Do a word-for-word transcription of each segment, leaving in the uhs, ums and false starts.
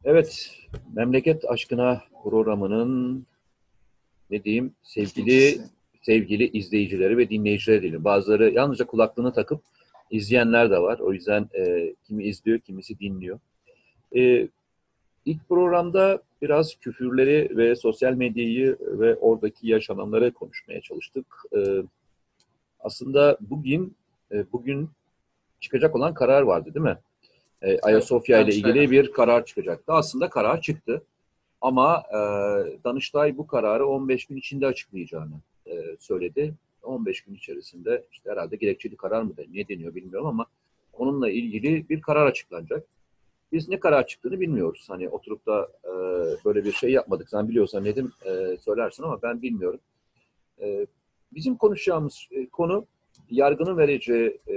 Evet, Memleket Aşkına programının ne diyeyim sevgili İkincisi. sevgili izleyicileri ve dinleyicileri diyelim. Bazıları yalnızca kulaklığını takıp izleyenler de var. O yüzden e, kimi izliyor, kimisi dinliyor. E, ilk programda biraz küfürleri ve sosyal medyayı ve oradaki yaşananları konuşmaya çalıştık. E, aslında bugün e, bugün çıkacak olan karar vardı, değil mi? E, Evet, Ayasofya ile ilgili Danıştay'la. bir karar çıkacaktı. Aslında karar çıktı. Ama e, Danıştay bu kararı on beş gün içinde açıklayacağını e, söyledi. on beş gün içerisinde işte herhalde gerekçeli karar mı deniyor, ne deniyor bilmiyorum ama onunla ilgili bir karar açıklanacak. Biz ne karar çıktığını bilmiyoruz. Hani oturup da e, böyle bir şey yapmadık. Sen biliyorsan Nedim e, söylersin ama ben bilmiyorum. E, bizim konuşacağımız e, konu yargının vereceği e,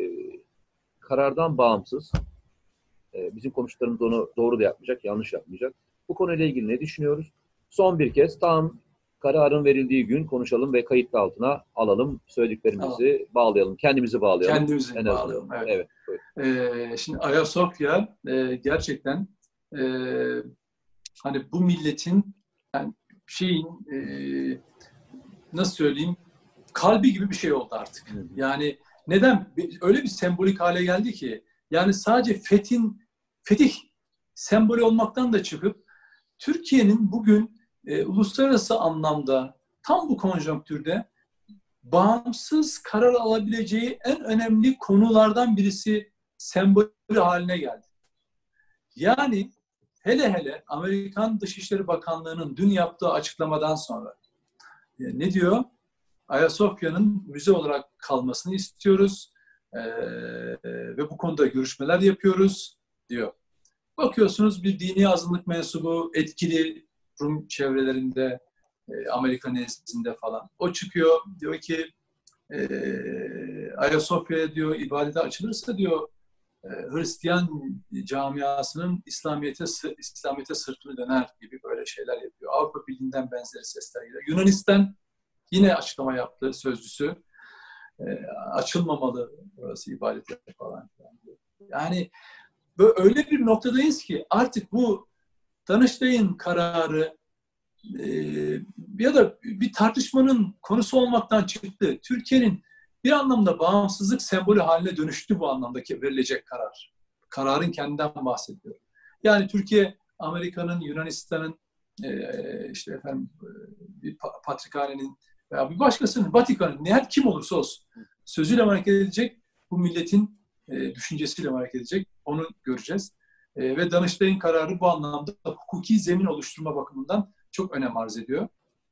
karardan bağımsız. E, bizim konuştuklarımız onu doğru da yapmayacak, yanlış yapmayacak. Bu konuyla ilgili ne düşünüyoruz? Son bir kez tam kararın verildiği gün konuşalım ve kayıtlı altına alalım. Tamam. Söylediklerimizi bağlayalım, kendimizi bağlayalım en Kendimizi azından. bağlayalım. Evet. Evet, buyurun. Ee, şimdi Ayasofya e, gerçekten e, hani bu milletin yani şeyin e, nasıl söyleyeyim kalbi gibi bir şey oldu artık. Hı hı. Yani neden? Öyle bir sembolik hale geldi ki yani sadece fethin fetih sembolü olmaktan da çıkıp Türkiye'nin bugün e, uluslararası anlamda tam bu konjonktürde bağımsız karar alabileceği en önemli konulardan birisi sembolü haline geldi. Yani hele hele Amerikan Dışişleri Bakanlığı'nın dün yaptığı açıklamadan sonra e, ne diyor? Ayasofya'nın müze olarak kalmasını istiyoruz e, ve bu konuda görüşmeler yapıyoruz diyor. Bakıyorsunuz bir dini azınlık mensubu etkili Rum çevrelerinde, e, Amerika nezdinde falan. O çıkıyor diyor ki e, Ayasofya'ya diyor ibadete açılırsa diyor e, Hristiyan camiasının İslamiyet'e İslamiyet'e sırtını döner gibi böyle şeyler yapıyor. Avrupa Birliği'nden benzeri sesler geliyor. Yunanistan yine açıklama yaptı sözcüsü. E, açılmamalı orası ibadete falan. Yani böyle öyle bir noktadayız ki artık bu Danıştay'ın kararı e, ya da bir tartışmanın konusu olmaktan çıktı. Türkiye'nin bir anlamda bağımsızlık sembolü haline dönüştü bu anlamdaki verilecek karar. Kararın kendinden bahsediyor. Yani Türkiye, Amerika'nın, Yunanistan'ın e, işte efendim bir patrikhanenin veya bir başkasının, Vatikan'ın, her kim olursa olsun sözüyle hareket edecek, bu milletin e, düşüncesiyle hareket edecek. Onu göreceğiz. E, ve Danıştay'ın kararı bu anlamda hukuki zemin oluşturma bakımından çok önem arz ediyor.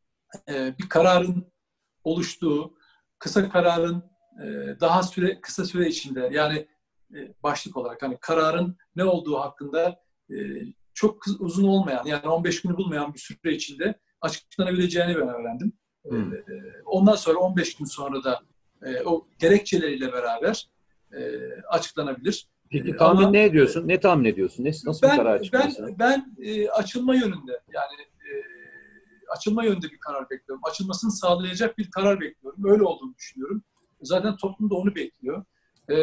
E, bir kararın oluştuğu, kısa kararın e, daha süre kısa süre içinde yani e, başlık olarak hani kararın ne olduğu hakkında e, çok uzun olmayan yani on beş günü bulmayan bir süre içinde açıklanabileceğini ben öğrendim. E, Hmm. ondan sonra on beş gün sonra da e, o gerekçeleriyle beraber e, açıklanabilir. Peki E, tahmin ama ne e, ediyorsun? Ne tahmin ediyorsun? Ne, nasıl bir ben karar ben çıkmasını? ben e, açılma yönünde yani e, açılma yönünde bir karar bekliyorum. Açılmasını sağlayacak bir karar bekliyorum. Öyle olduğunu düşünüyorum. Zaten toplum da onu bekliyor. E,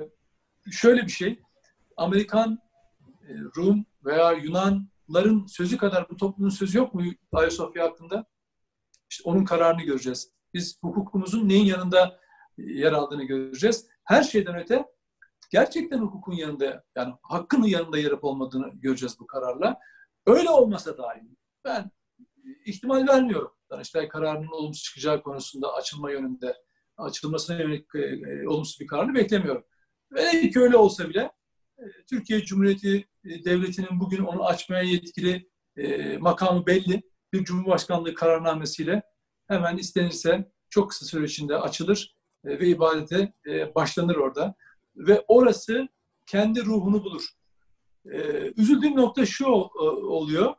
şöyle bir şey. Amerikan, e, Rum veya Yunanların sözü kadar bu toplumun sözü yok mu Ayasofya hakkında? İşte onun kararını göreceğiz. Biz hukukumuzun neyin yanında yer aldığını göreceğiz. Her şeyden öte gerçekten hukukun yanında, yani hakkın yanında yer olup olmadığını göreceğiz bu kararla. Öyle olmasa dahi ben ihtimal vermiyorum. Danıştay kararının olumsuz çıkacağı konusunda açılma yönünde, açılmasına yönelik e, e, olumsuz bir kararını beklemiyorum. Ve ki öyle olsa bile e, Türkiye Cumhuriyeti e, Devleti'nin bugün onu açmaya yetkili e, makamı belli. Bir Cumhurbaşkanlığı kararnamesiyle hemen istenirse çok kısa süre içinde açılır e, ve ibadete e, başlanır orada. Ve orası kendi ruhunu bulur. Ee, üzüldüğüm nokta şu oluyor.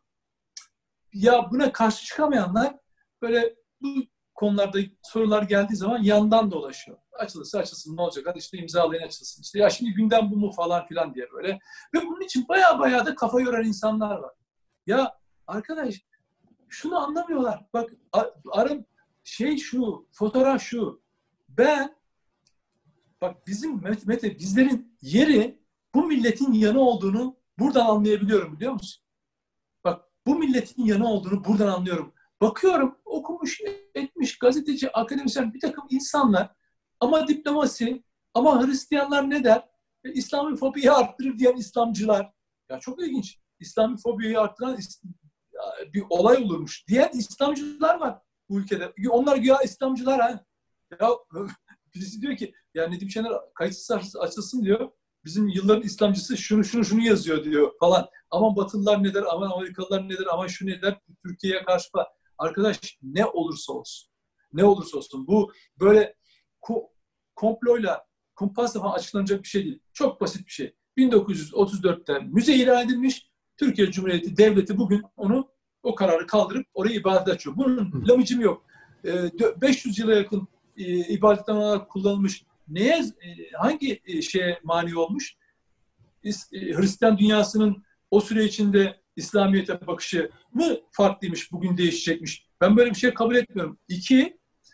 Ya buna karşı çıkamayanlar böyle bu konularda sorular geldiği zaman yandan dolaşıyor. Açılırsa açılsın ne olacak? Hadi işte imzalayın açılsın. İşte ya şimdi gündem bu mu falan filan diye böyle. Ve bunun için baya baya da kafa yoran insanlar var. Ya arkadaş şunu anlamıyorlar. Bak arın şey şu, fotoğraf şu. Ben bak bizim Mete bizlerin yeri bu milletin yanı olduğunu buradan anlayabiliyorum, biliyor musun? Bak, bu milletin yanı olduğunu buradan anlıyorum. Bakıyorum, okumuş, etmiş, gazeteci, akademisyen bir takım insanlar, ama diplomasi, ama Hristiyanlar ne der? E, İslamofobiyi arttırır diyen İslamcılar. Ya çok ilginç. İslamofobiyi arttıran bir olay olurmuş diyen İslamcılar var bu ülkede. Onlar güya İslamcılar ha. Ya birisi diyor ki, ya Nedim Şener kayıtsız açılsın diyor. Bizim yılların İslamcısı şunu şunu şunu yazıyor diyor falan. Aman Batılılar ne der, aman Amerikalılar ne der, aman şu ne der, Türkiye'ye karşı falan. Arkadaş, ne olursa olsun, ne olursa olsun bu böyle ko- komployla, kumpasla falan açıklanacak bir şey değil. Çok basit bir şey. bin dokuz yüz otuz dörtte müze ilan edilmiş. Türkiye Cumhuriyeti Devleti bugün onu, o kararı kaldırıp orayı ibadet açıyor. Bunun lamıcım yok. beş yüz yıla yakın ibadetten olarak kullanılmış. Neye, hangi şeye mani olmuş? Hristiyan dünyasının o süre içinde İslamiyet'e bakışı mı farklıymış, bugün değişecekmiş? Ben böyle bir şey kabul etmiyorum. İki,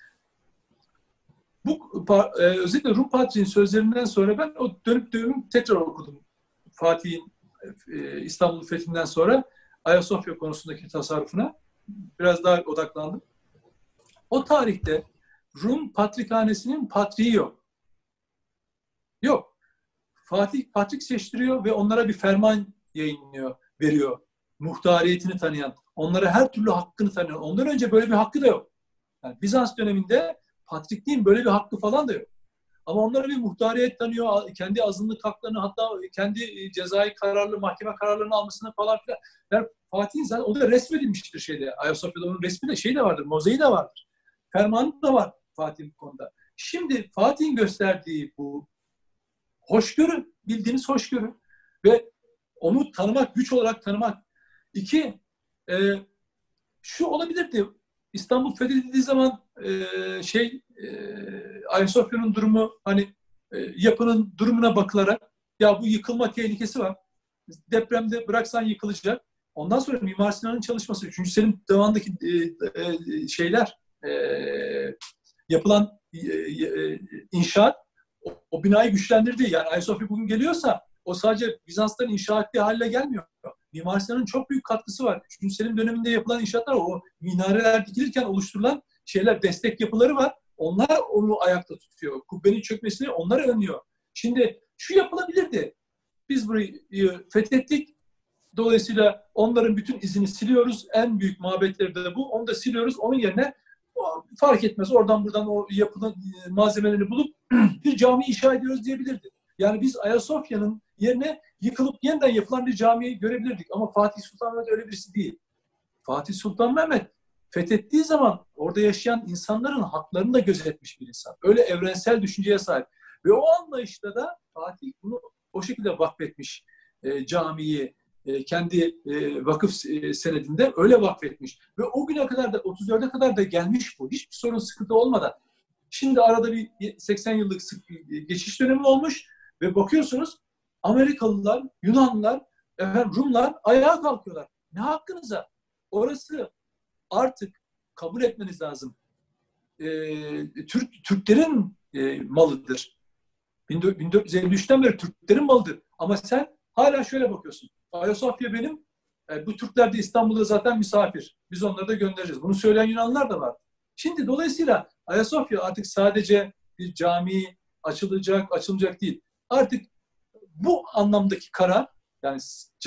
bu özellikle Rum Patriğin sözlerinden sonra ben o dönüp dönüp tekrar okudum. Fatih'in İstanbul fethinden sonra Ayasofya konusundaki tasarrufuna biraz daha odaklandım. O tarihte Rum Patrikhanesi'nin patriği yok. Yok. Fatih patrik seçtiriyor ve onlara bir ferman yayınlıyor, veriyor. Muhtariyetini tanıyan, onlara her türlü hakkını tanıyan. Ondan önce böyle bir hakkı da yok. Yani Bizans döneminde patrikliğin böyle bir hakkı falan da yok. Ama onlara bir muhtariyet tanıyor, kendi azınlık haklarını, hatta kendi cezai kararlı, mahkeme kararlarını almasını falan filan. Yani Fatih'in zaten o da resmedilmiştir şeyde. Ayasofya'da onun resmi de şey de vardır, mozaiği de vardır. Fermanı da var Fatih'in bu konuda. Şimdi Fatih'in gösterdiği bu hoşgörü, bildiğiniz hoşgörü ve onu tanımak, güç olarak tanımak. İki, e, şu olabilirdi. İstanbul fethedildiği zaman e, şey e, Ayasofya'nın durumu, hani e, yapının durumuna bakılarak, ya bu yıkılma tehlikesi var. Depremde bıraksan yıkılacak. Ondan sonra Mimar Sinan'ın çalışması, üçüncü Selim devamındaki e, e, şeyler, e, yapılan e, e, inşaat o, o binayı güçlendirdi. Yani Ayasofya bugün geliyorsa o sadece Bizans'tan inşa ettiği haline gelmiyor. Mimar Sinan'ın çok büyük katkısı var. üçüncü Selim döneminde yapılan inşaatlar, o minareler dikilirken oluşturulan şeyler, destek yapıları var. Onlar onu ayakta tutuyor. Kubbenin çökmesini onlar önlüyor. Şimdi şu yapılabilirdi. Biz burayı fethettik. Dolayısıyla onların bütün izini siliyoruz. En büyük mabetleri de bu. Onu da siliyoruz. Onun yerine fark etmez, oradan buradan o yapılan malzemelerini bulup bir cami inşa ediyoruz diyebilirdi. Yani biz Ayasofya'nın yerine yıkılıp yeniden yapılan bir camiyi görebilirdik. Ama Fatih Sultan Mehmet öyle birisi değil. Fatih Sultan Mehmet fethettiği zaman orada yaşayan insanların haklarını da gözetmiş bir insan. Öyle evrensel düşünceye sahip. Ve o anlayışta da Fatih bunu o şekilde vakfetmiş e, camiyi, e, kendi e, vakıf e, senedinde öyle vakfetmiş. Ve o güne kadar da, otuz dörde kadar da gelmiş bu. Hiçbir sorun, sıkıntı olmadan. Şimdi arada bir seksen yıllık geçiş dönemi olmuş ve bakıyorsunuz Amerikalılar, Yunanlılar, efendim Rumlar ayağa kalkıyorlar. Ne hakkınıza? Orası artık kabul etmeniz lazım. Ee, Türk Türklerin e, malıdır. bin dört yüz elli üçten beri Türklerin malıdır. Ama sen hala şöyle bakıyorsun. Ayasofya benim. E, bu Türkler de İstanbul'da zaten misafir. Biz onları da göndereceğiz. Bunu söyleyen Yunanlılar da var. Şimdi dolayısıyla Ayasofya artık sadece bir cami açılacak, açılacak değil. Artık bu anlamdaki karar, yani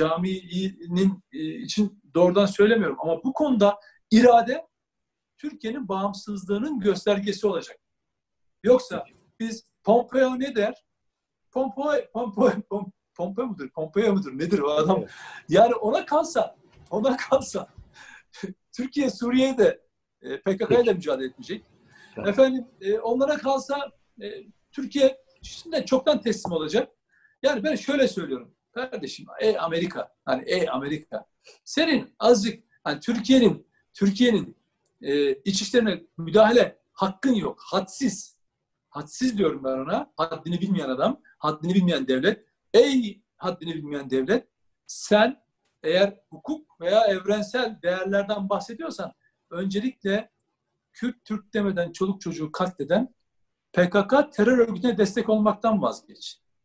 caminin için doğrudan söylemiyorum ama bu konuda irade Türkiye'nin bağımsızlığının göstergesi olacak. Yoksa biz Pompeo ne der? Pompeo, Pompeo, Pompeo mudur? Pompeo mudur? Nedir o adam? Evet. Yani ona kalsa, ona kalsa Türkiye Suriye'ye de e, P K K'ya da mücadele etmeyecek. Evet. Efendim e, onlara kalsa e, Türkiye şimdi çoktan teslim olacak. Yani ben şöyle söylüyorum. Kardeşim, ey Amerika, hani ey Amerika, senin azıcık hani Türkiye'nin Türkiye'nin e, iç işlerine müdahale hakkın yok. Hadsiz. Hadsiz diyorum ben ona. Haddini bilmeyen adam, haddini bilmeyen devlet. Ey haddini bilmeyen devlet, sen eğer hukuk veya evrensel değerlerden bahsediyorsan öncelikle Kürt, Türk demeden çoluk çocuğu katleden P K K terör örgütüne destek olmaktan vazgeç.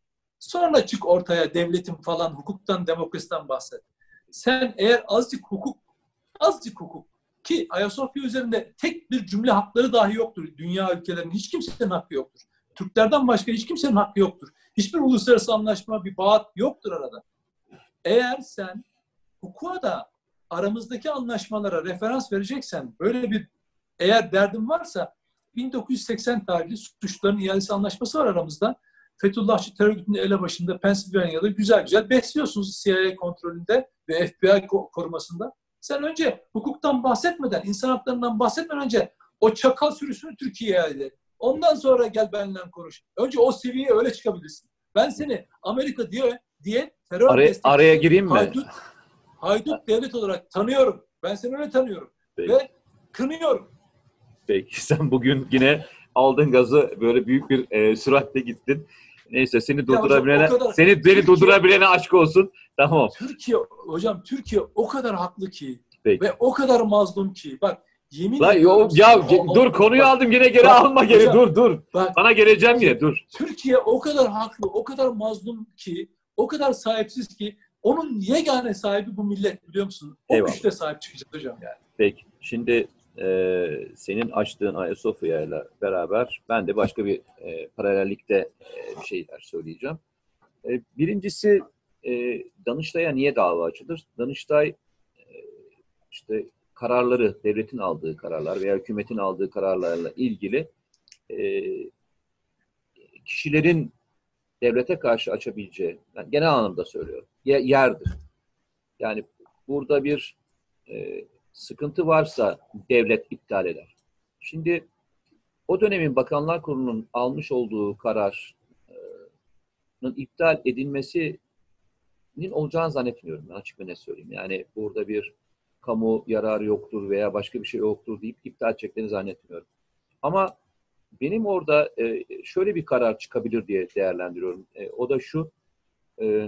Sonra çık ortaya devletin falan, hukuktan, demokrasiden bahset. Sen eğer azıcık hukuk, azıcık hukuk ki Ayasofya üzerinde tek bir cümle hakları dahi yoktur. Dünya ülkelerinin hiç kimsenin hakkı yoktur. Türklerden başka hiç kimsenin hakkı yoktur. Hiçbir uluslararası anlaşma, bir bağ yoktur arada. Eğer sen hukuka da aramızdaki anlaşmalara referans vereceksen, böyle bir eğer derdin varsa bin dokuz yüz seksen tarihli suçların iadesi anlaşması var aramızda. Fethullahçı terör örgütünün elebaşında Pennsylvania'da güzel güzel besliyorsunuz C I A kontrolünde ve F B I korumasında. Sen önce hukuktan bahsetmeden, insan haklarından bahsetmeden önce o çakal sürüsünü Türkiye'ye ait. Ondan sonra gel benimle konuş. Önce o seviyeye öyle çıkabilirsin. Ben seni Amerika diye, diye terör Araya, araya gireyim mi? Haydut, haydut devlet olarak tanıyorum. Ben seni öyle tanıyorum. Peki. Ve kınıyorum. Peki sen bugün yine aldın gazı, böyle büyük bir e, süratle gittin. Neyse seni durdurabilene, hocam, seni seni Türkiye, durdurabilene aşk olsun. Tamam. Türkiye hocam Türkiye o kadar haklı ki Peki. ve o kadar mazlum ki. Bak yemin La, ediyorum. yo, ya o, dur o, konuyu bak, aldım yine geri bak, alma geri hocam, dur dur. Bak, Sana geleceğim yine dur. Türkiye o kadar haklı, o kadar mazlum ki, o kadar sahipsiz ki onun yegane sahibi bu millet biliyor musun? O Eyvallah. güçle sahip çıkacağız hocam yani. Peki. Şimdi e, senin açtığın Ayasofya ile beraber ben de başka bir e, paralellikte e, bir şeyler söyleyeceğim. E, birincisi e, Danıştay'a niye dava açılır? Danıştay e, işte kararları, devletin aldığı kararlar veya hükümetin aldığı kararlarla ilgili e, kişilerin devlete karşı açabileceği, yani genel anlamda söylüyorum, yerdir. Yani burada bir e, sıkıntı varsa devlet iptal eder. Şimdi o dönemin Bakanlar Kurulu'nun almış olduğu kararın iptal edilmesinin olacağını zannetmiyorum. Ben açık ve net söyleyeyim. Yani burada bir kamu yararı yoktur veya başka bir şey yoktur deyip iptal edeceklerini zannetmiyorum. Ama benim orada e, şöyle bir karar çıkabilir diye değerlendiriyorum. E, o da şu, e,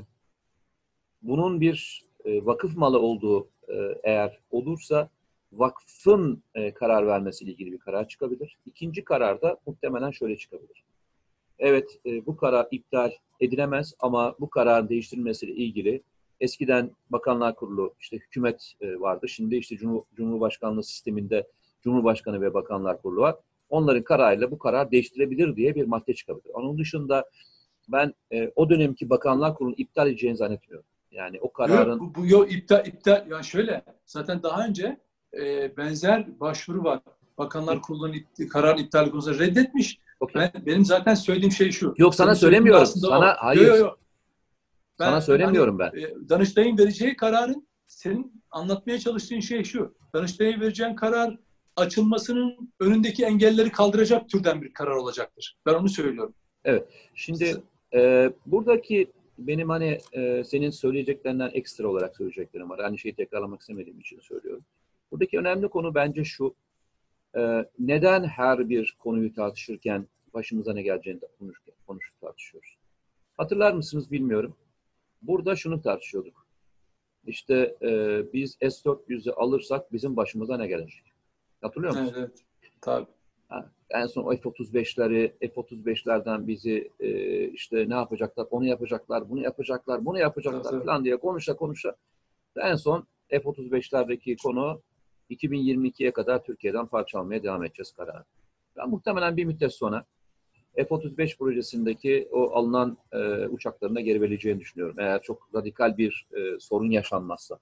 bunun bir e, vakıf malı olduğu e, eğer olursa vakfın e, karar vermesiyle ilgili bir karar çıkabilir. İkinci karar da muhtemelen şöyle çıkabilir. Evet, e, bu karar iptal edilemez ama bu kararın değiştirilmesiyle ilgili eskiden Bakanlar Kurulu, işte hükümet e, vardı. Şimdi işte Cumhur, Cumhurbaşkanlığı sisteminde Cumhurbaşkanı ve Bakanlar Kurulu var. Onların kararıyla bu karar değiştirebilir diye bir madde çıkabilir. Onun dışında ben e, o dönemki Bakanlar Kurulu'nu iptal edeceğini zannetmiyorum. Yani o kararın... Yok, bu, bu yok iptal, iptal. Yani şöyle, zaten daha önce e, benzer başvuru var. Bakanlar Kurulu'nun ipti, kararın iptali konusunda reddetmiş. Okay. Ben, benim zaten söylediğim şey şu. Yok sana Senin söylemiyorum. Sana, o. hayır. Yo, yo, yo. Ben, sana söylemiyorum hani, ben. E, Danıştay'ın vereceği kararın, senin anlatmaya çalıştığın şey şu. Danıştay'a vereceğin karar açılmasının önündeki engelleri kaldıracak türden bir karar olacaktır. Ben onu söylüyorum. Evet. Şimdi e, buradaki benim hani e, senin söyleyeceklerinden ekstra olarak söyleyeceklerim var. Aynı şeyi tekrarlamak istemediğim için söylüyorum. Buradaki önemli konu bence şu. E, neden her bir konuyu tartışırken başımıza ne geleceğini konuşup, konuşup tartışıyoruz? Hatırlar mısınız bilmiyorum. Burada şunu tartışıyorduk. İşte e, biz S dört yüzü alırsak bizim başımıza ne gelecek? Hatırlıyor musun? Evet, evet. Tabii. Ha, en son o F otuz beşleri, F otuz beşlerden bizi e, işte ne yapacaklar, onu yapacaklar, bunu yapacaklar, bunu yapacaklar Evet, falan diye konuşa konuşa. En son F otuz beşlerdeki konu iki bin yirmi ikiye kadar Türkiye'den parça almaya devam edeceğiz kararı. Ben muhtemelen bir müddet sonra F otuz beş projesindeki o alınan e, uçakların da geri verileceğini düşünüyorum. Eğer çok radikal bir e, sorun yaşanmazsa.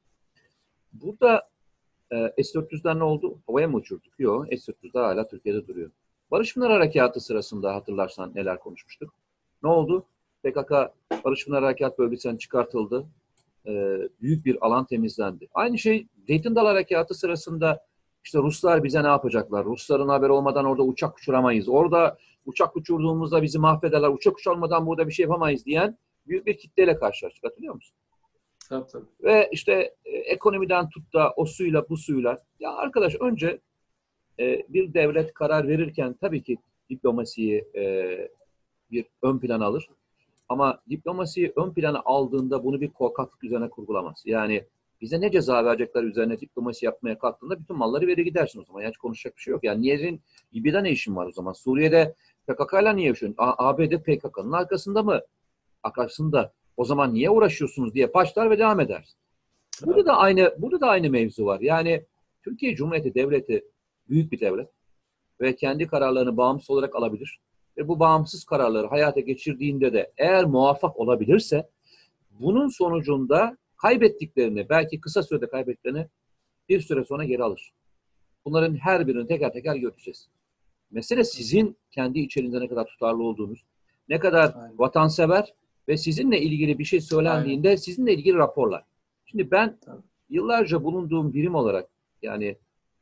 Burada e, S dört yüzler ne oldu? Havaya mı uçurduk? Yok. S dört yüzler hala Türkiye'de duruyor. Barış Pınar Harekatı sırasında hatırlarsan neler konuşmuştuk? Ne oldu? P K K Barış Pınar Harekat bölgesinden çıkartıldı. E, büyük bir alan temizlendi. Aynı şey Zeytin Dalı Harekatı sırasında işte Ruslar bize ne yapacaklar? Rusların haberi olmadan orada uçak uçuramayız. Orada uçak uçurduğumuzda bizi mahvederler. Uçak uçurmadan burada bir şey yapamayız diyen büyük bir kitleyle karşılaştık. Hatırlıyor musun? Tabii, tabii. Ve işte e, ekonomiden tut da o suyla bu suyla. Ya arkadaş önce e, bir devlet karar verirken tabii ki diplomasiyi e, bir ön plan alır. Ama diplomasiyi ön plana aldığında bunu bir korkaklık üzerine kurgulamaz. Yani bize ne ceza verecekler üzerine diplomasi yapmaya kalktığında bütün malları verir gidersin o zaman. Yani hiç konuşacak bir şey yok. Yani niye'nin Libya'da ne işin var o zaman? Suriye'de P K K'yla niye yaşıyorsun? A B D P K K'nın arkasında mı? arkasında o zaman niye uğraşıyorsunuz diye başlar ve devam eder. Burada da aynı burada da aynı mevzu var. Yani Türkiye Cumhuriyeti Devleti büyük bir devlet ve kendi kararlarını bağımsız olarak alabilir. Ve bu bağımsız kararları hayata geçirdiğinde de eğer muvaffak olabilirse bunun sonucunda kaybettiklerini, belki kısa sürede kaybettiklerini bir süre sonra geri alır. Bunların her birini teker teker göreceğiz. Mesele sizin kendi içerinizde ne kadar tutarlı olduğunuz, ne kadar Aynen. vatansever ve sizinle ilgili bir şey söylendiğinde Aynen. sizinle ilgili raporlar. Şimdi ben Tabii. yıllarca bulunduğum birim olarak yani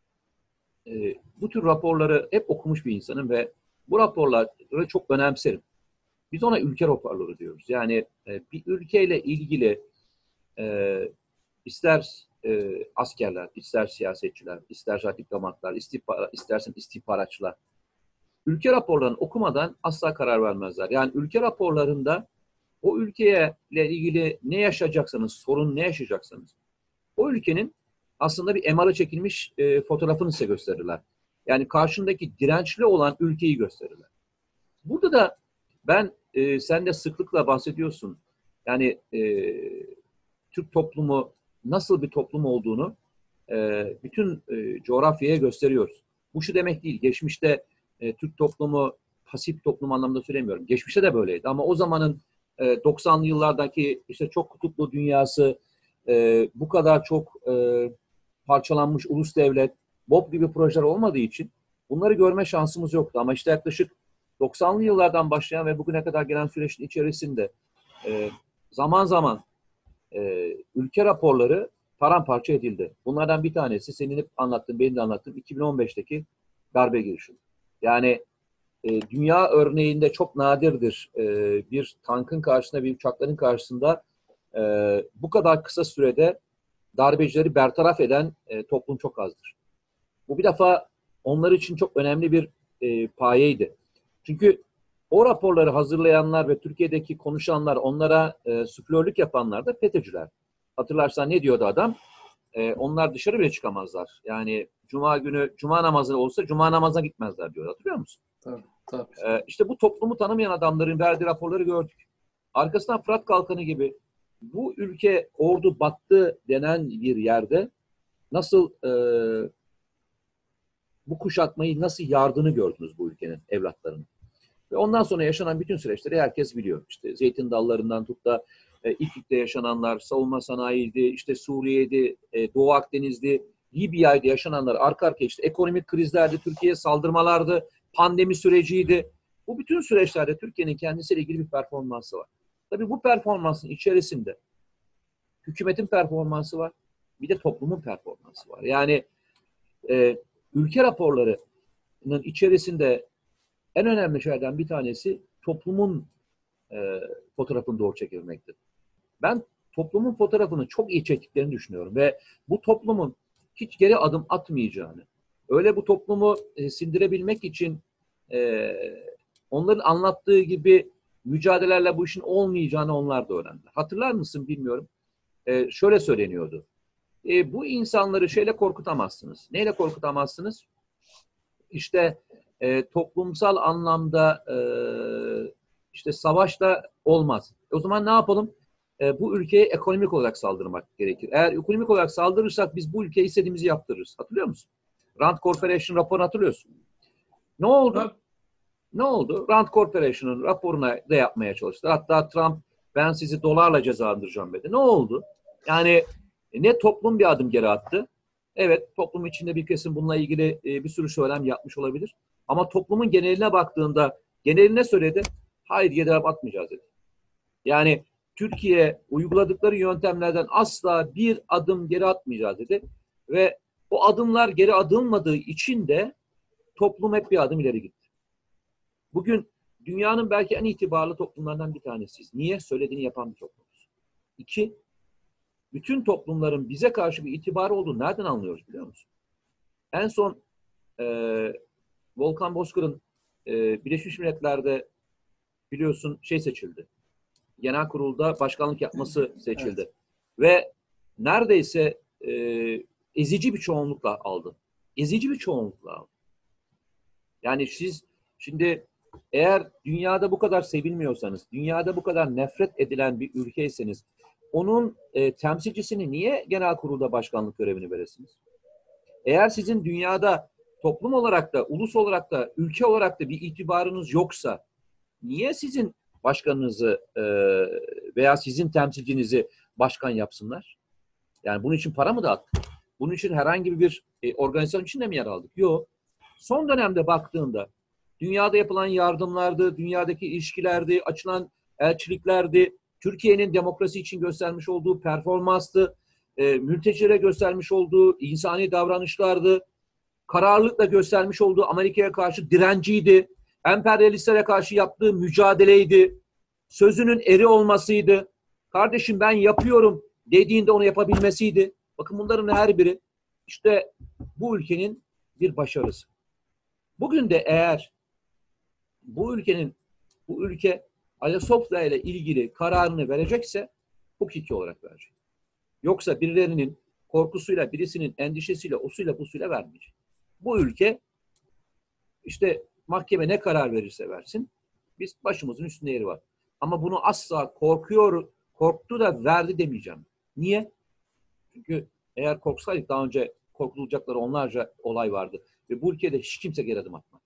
e, bu tür raporları hep okumuş bir insanım ve bu raporları çok önemserim. Biz ona ülke raporları diyoruz. Yani e, bir ülkeyle ilgili e, ister e, askerler, ister siyasetçiler, ister diplomatlar, istihbar, istersen istihbaratçılar ülke raporlarını okumadan asla karar vermezler. Yani ülke raporlarında o ülkeyle ilgili ne yaşayacaksanız, sorun ne yaşayacaksanız o ülkenin aslında bir M R'a çekilmiş e, fotoğrafını size gösterirler. Yani karşındaki dirençli olan ülkeyi gösterirler. Burada da ben, e, sen de sıklıkla bahsediyorsun. Yani e, Türk toplumu nasıl bir toplum olduğunu e, bütün e, coğrafyaya gösteriyoruz. Bu şu demek değil. Geçmişte e, Türk toplumu pasif toplum anlamında söylemiyorum. Geçmişte de böyleydi ama o zamanın e, doksanlı yıllardaki işte çok kutuplu dünyası, e, bu kadar çok e, parçalanmış ulus devlet, B O P gibi projeler olmadığı için bunları görme şansımız yoktu. Ama işte yaklaşık doksanlı yıllardan başlayan ve bugüne kadar gelen süreçin içerisinde e, zaman zaman e, ülke raporları paramparça edildi. Bunlardan bir tanesi senin hep anlattığın, benim de anlattığım iki bin on beşteki darbe girişimi. Yani e, dünya örneğinde çok nadirdir e, bir tankın karşısında, bir uçakların karşısında e, bu kadar kısa sürede darbecileri bertaraf eden e, toplum çok azdır. Bu bir defa onlar için çok önemli bir e, payeydi. Çünkü o raporları hazırlayanlar ve Türkiye'deki konuşanlar, onlara e, süflörlük yapanlar da FETÖ'cüler. Hatırlarsan ne diyordu adam? E, onlar dışarı bile çıkamazlar. Yani Cuma günü, Cuma namazı olsa Cuma namazına gitmezler diyor. Hatırlıyor musun? Tabii, tabii. E, işte bu toplumu tanımayan adamların verdiği raporları gördük. Arkasından Fırat Kalkanı gibi bu ülke ordu battı denen bir yerde nasıl e, bu kuşatmayı nasıl yardığını gördünüz bu ülkenin evlatlarının. Ve ondan sonra yaşanan bütün süreçleri herkes biliyor. İşte zeytin dallarından tut da e, İplik'te yaşananlar, savunma sanayiydi, işte Suriye'di, e, Doğu Akdeniz'di, Libya'ydı yaşananlar arka arkaya işte ekonomik krizlerdi, Türkiye'ye saldırmalardı, pandemi süreciydi. Bu bütün süreçlerde Türkiye'nin kendisiyle ilgili bir performansı var. Tabii bu performansın içerisinde hükümetin performansı var, bir de toplumun performansı var. Yani e, ülke raporlarının içerisinde en önemli şeylerden bir tanesi toplumun e, fotoğrafını doğru çekilmektir. Ben toplumun fotoğrafını çok iyi çektiklerini düşünüyorum ve bu toplumun hiç geri adım atmayacağını, öyle bu toplumu e, sindirebilmek için e, onların anlattığı gibi mücadelelerle bu işin olmayacağını onlar da öğrendiler. Hatırlar mısın bilmiyorum. E, şöyle söyleniyordu. E, bu insanları şeyle korkutamazsınız. Neyle korkutamazsınız? İşte e, toplumsal anlamda e, işte savaşla olmaz. O zaman ne yapalım? E, bu ülkeye ekonomik olarak saldırmak gerekir. Eğer ekonomik olarak saldırırsak biz bu ülkeye istediğimizi yaptırırız. Hatırlıyor musun? Rand Corporation raporunu hatırlıyorsun. Ne oldu? Ha. Ne oldu? Rand Corporation'ın raporuna da yapmaya çalıştı. Hatta Trump ben sizi dolarla cezalandıracağım dedi. Ne oldu? Yani ne toplum bir adım geri attı. Evet, toplum içinde bir kesim bununla ilgili bir sürü söylem yapmış olabilir. Ama toplumun geneline baktığında geneline söyledi, hayır geri adım atmayacağız dedi. Yani Türkiye uyguladıkları yöntemlerden asla bir adım geri atmayacağız dedi. Ve o adımlar geri atılmadığı için de toplum hep bir adım ileri gitti. Bugün dünyanın belki en itibarlı toplumlardan bir tanesiyiz. Niye? Söylediğini yapan bir toplumuz. İki, bütün toplumların bize karşı bir itibarı olduğunu nereden anlıyoruz biliyor musun? En son e, Volkan Bozkır'ın e, Birleşmiş Milletler'de biliyorsun şey seçildi. Genel kurulda başkanlık yapması seçildi. Evet. Ve neredeyse e, ezici bir çoğunlukla aldı. Ezici bir çoğunlukla aldı. Yani siz şimdi Eğer dünyada bu kadar sevilmiyorsanız, dünyada bu kadar nefret edilen bir ülkeyseniz, onun e, temsilcisini niye genel kurulda başkanlık görevini veresiniz? Eğer sizin dünyada toplum olarak da, ulus olarak da, ülke olarak da bir itibarınız yoksa, niye sizin başkanınızı e, veya sizin temsilcinizi başkan yapsınlar? Yani bunun için para mı dağıttık? Bunun için herhangi bir e, organizasyon içinde mi yer aldık? Yok. Son dönemde baktığında dünyada yapılan yardımlardı, dünyadaki ilişkilerdi, açılan elçiliklerdi, Türkiye'nin demokrasi için göstermiş olduğu performanstı, e, mültecilere göstermiş olduğu insani davranışlardı, kararlılıkla göstermiş olduğu Amerika'ya karşı direnciydi, emperyalistlere karşı yaptığı mücadeleydi, sözünün eri olmasıydı, kardeşim ben yapıyorum dediğinde onu yapabilmesiydi. Bakın bunların her biri işte bu ülkenin bir başarısı. Bugün de eğer bu ülkenin, bu ülke Ayasofya ile ilgili kararını verecekse hukuki olarak verecek. Yoksa birilerinin korkusuyla, birisinin endişesiyle, osuyla, busuyla vermeyecek. Bu ülke işte mahkeme ne karar verirse versin, biz başımızın üstünde yeri var. Ama bunu asla korkuyor, korktu da verdi demeyeceğim. Niye? Çünkü eğer korksaydık daha önce korkulacakları onlarca olay vardı. Ve bu ülkede hiç kimse geri adım atmadı.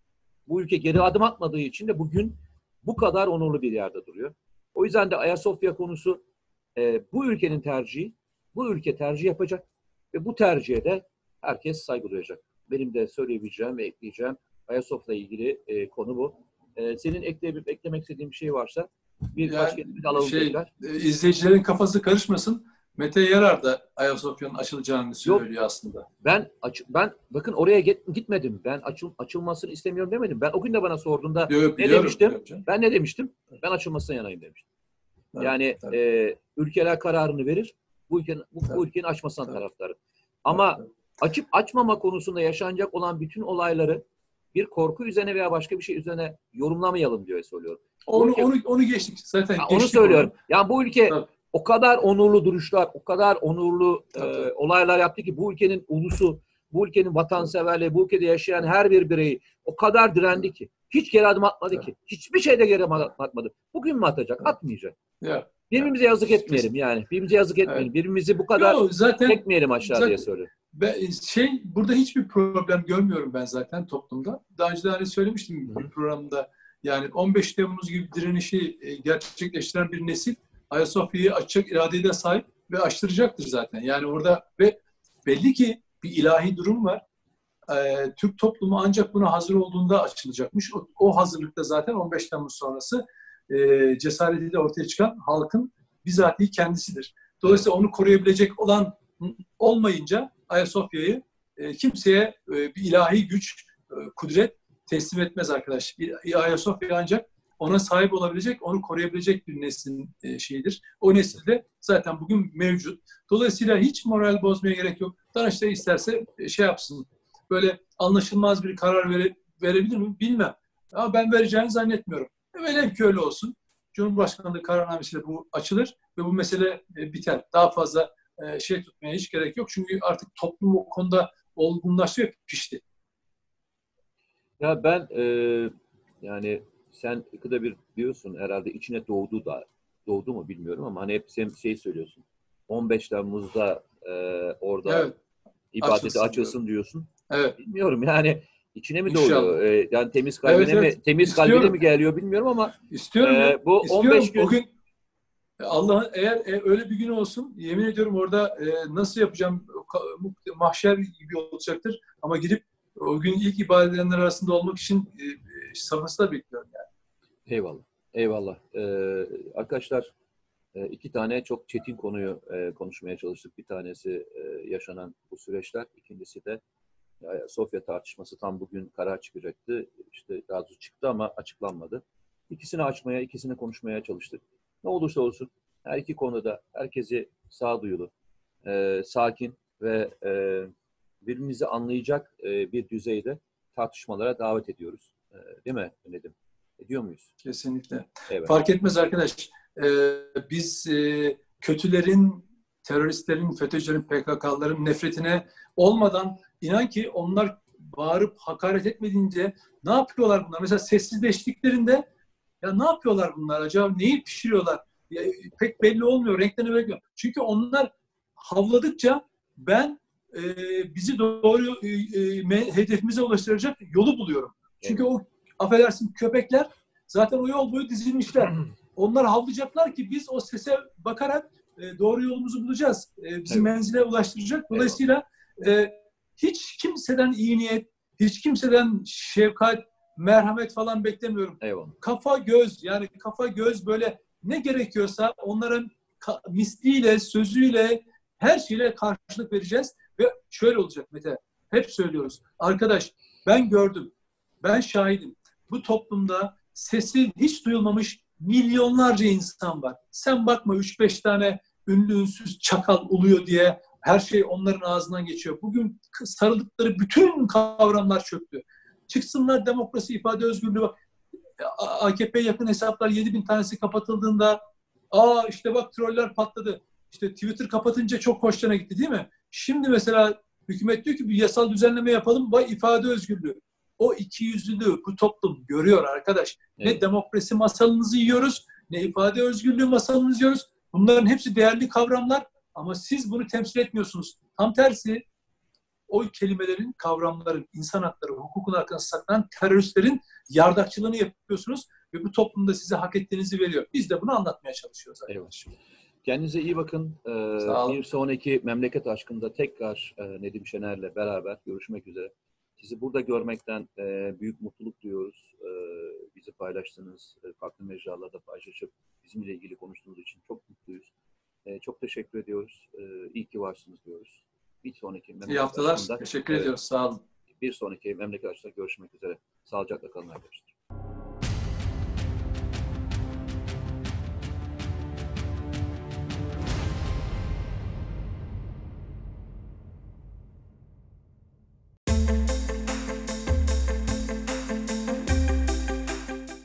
Bu ülke geri adım atmadığı için de bugün bu kadar onurlu bir yerde duruyor. O yüzden de Ayasofya konusu e, bu ülkenin tercihi. Bu ülke tercih yapacak ve bu tercihe de herkes saygı duyacak. Benim de söyleyebileceğim ve ekleyeceğim Ayasofya ile ilgili e, konu bu. E, senin ekleyip eklemek istediğin bir şey varsa bir Yani, başka bir alalım şey, tekrar. E, izleyicilerin kafası karışmasın. Mete Yarar da Ayasofya'nın açılacağını söylüyor Yok, aslında. Ben aç, ben bakın oraya get, gitmedim. Ben açıl, açılmasını istemiyorum demedim. Ben o gün de bana sorduğunda Yok, ne demiştim? Ben ne demiştim? Ben açılmasına yanayım demiştim. Tabii, Yani tabii. E, ülkeler kararını verir. Bu ülkenin bu, bu ülkenin açmasından taraftarı. Ama tabii, tabii. açıp açmama konusunda yaşanacak olan bütün olayları bir korku üzerine veya başka bir şey üzerine yorumlamayalım diye söylüyorum. Onu ülke, onu onu geçtik zaten. Ha, geçtik onu söylüyorum. Onu. Yani bu ülke tabii. O kadar onurlu duruşlar, o kadar onurlu tabii, tabii. E, olaylar yaptı ki bu ülkenin ulusu, bu ülkenin vatanseverliği, bu ülkede yaşayan her bir bireyi o kadar direndi ki. Hiç geri adım atmadı ki. Hiçbir şeyde geri adım atmadı. Bugün mü atacak? Atmayacak. Ya, Birbirimize ya. yazık etmeyelim yani. Birbirimize yazık etmeyelim. Evet. Birbirimizi bu kadar Yo, zaten, çekmeyelim aşağı zaten, diye söylüyorum. Ben, şey, burada hiçbir problem görmüyorum ben zaten toplumda. Daha önce de hani söylemiştim Hı-hı. bir programda. Yani on beş Temmuz gibi direnişi gerçekleştiren bir nesil Ayasofya'yı açacak iradeye de sahip ve açtıracaktır zaten. Yani orada ve belli ki bir ilahi durum var. Ee, Türk toplumu ancak buna hazır olduğunda açılacakmış. O, o hazırlıkta zaten on beş Temmuz sonrası e, cesaretiyle ortaya çıkan halkın bizatihi kendisidir. Dolayısıyla onu koruyabilecek olan olmayınca Ayasofya'yı e, kimseye e, bir ilahi güç, e, kudret teslim etmez arkadaş. Bir, Ayasofya ancak ona sahip olabilecek, onu koruyabilecek bir neslin e, şeyidir. O nesil de zaten bugün mevcut. Dolayısıyla hiç moral bozmaya gerek yok. Danıştay isterse e, şey yapsın, böyle anlaşılmaz bir karar vere, verebilir mi bilmem. Ama ben vereceğini zannetmiyorum. Velev ki öyle olsun. Cumhurbaşkanlığı kararnamesiyle bu açılır ve bu mesele e, biter. Daha fazla e, şey tutmaya hiç gerek yok. Çünkü artık toplum o konuda olgunlaşıyor, pişti. Ya ben e, yani sen ikide bir diyorsun herhalde içine doğdu da doğdu mu bilmiyorum ama hani hep sen şey söylüyorsun. on beş Temmuz'da e, orada evet, ibadeti açılsın, açılsın diyorsun. Evet. Bilmiyorum yani içine mi doğuyor? E, yani temiz kalbine evet, evet. mi temiz İstiyorum. kalbine mi geliyor bilmiyorum ama istiyorum e, bu İstiyorum. on beş gün o gün Allah'ın eğer e, öyle bir gün olsun yemin ediyorum orada e, nasıl yapacağım mahşer gibi olacaktır ama gidip o gün ilk ibadet edenler arasında olmak için e, sabırsızla bekliyorum yani. Eyvallah. Eyvallah. Ee, arkadaşlar iki tane çok çetin konuyu e, konuşmaya çalıştık. Bir tanesi e, yaşanan bu süreçler. İkincisi de e, Sofya tartışması tam bugün karar çıkacaktı. İşte daha doğrusu çıktı ama açıklanmadı. İkisini açmaya, ikisini konuşmaya çalıştık. Ne olursa olsun her iki konuda herkesi sağduyulu, e, sakin ve e, birbirimizi anlayacak e, bir düzeyde tartışmalara davet ediyoruz. E, değil mi Nedim? Ediyor muyuz? Kesinlikle. Evet. Fark etmez arkadaş. Ee, biz e, kötülerin, teröristlerin, FETÖ'cülerin, P K K'ların nefretine olmadan inan ki onlar bağırıp hakaret etmediğince ne yapıyorlar bunlar? Mesela sessizleştiklerinde ya ne yapıyorlar bunlar acaba? Neyi pişiriyorlar? Ya, pek belli olmuyor. Renklerini bekliyor. Çünkü onlar havladıkça ben e, bizi doğru e, e, hedefimize ulaştıracak yolu buluyorum. Çünkü evet. o affedersin köpekler zaten o yol boyu dizilmişler. Onlar havlayacaklar ki biz o sese bakarak e, doğru yolumuzu bulacağız. E, bizi evet. menzile ulaştıracak. Dolayısıyla e, hiç kimseden iyi niyet, hiç kimseden şefkat, merhamet falan beklemiyorum. Eyvallah. Kafa göz, yani kafa göz böyle ne gerekiyorsa onların misliyle, sözüyle, her şeyle karşılık vereceğiz. Ve şöyle olacak Mete, hep söylüyoruz. Arkadaş ben gördüm, ben şahidim. Bu toplumda sesi hiç duyulmamış milyonlarca insan var. Sen bakma üç beş tane ünlü ünsüz çakal uluyor diye her şey onların ağzından geçiyor. Bugün sarıldıkları bütün kavramlar çöktü. Çıksınlar demokrasi, ifade özgürlüğü. A K P'ye yakın hesaplar yedi bin tanesi kapatıldığında aa işte bak troller patladı. İşte Twitter kapatınca çok hoşlarına gitti değil mi? Şimdi mesela hükümet diyor ki bir yasal düzenleme yapalım. Vay ifade özgürlüğü. O ikiyüzlülüğü bu toplum görüyor arkadaş. Evet. Ne demokrasi masalınızı yiyoruz, ne ifade özgürlüğü masalınızı yiyoruz. Bunların hepsi değerli kavramlar ama siz bunu temsil etmiyorsunuz. Tam tersi o kelimelerin, kavramların, insan hakları, hukukun arkasında saklanan teröristlerin yardakçılığını yapıyorsunuz ve bu toplumda size hak ettiğinizi veriyor. Biz de bunu anlatmaya çalışıyoruz arkadaşlar. Kendinize iyi bakın. Ee, bir sonraki Memleket Aşkı'nda tekrar e, Nedim Şener'le beraber görüşmek üzere. Sizi burada görmekten e, büyük mutluluk duyuyoruz. E, bizi paylaştığınız, e, farklı mecralarda paylaşıp bizimle ilgili konuştuğunuz için çok mutluyuz. E, çok teşekkür ediyoruz. E, iyi ki varsınız diyoruz. Bir sonraki Memleket İyi haftalar. Aşkı'nda, teşekkür evet, ediyoruz. Sağ olun. Bir sonraki Memleket Aşkı'nda görüşmek üzere. Sağlıcakla kalın arkadaşlar.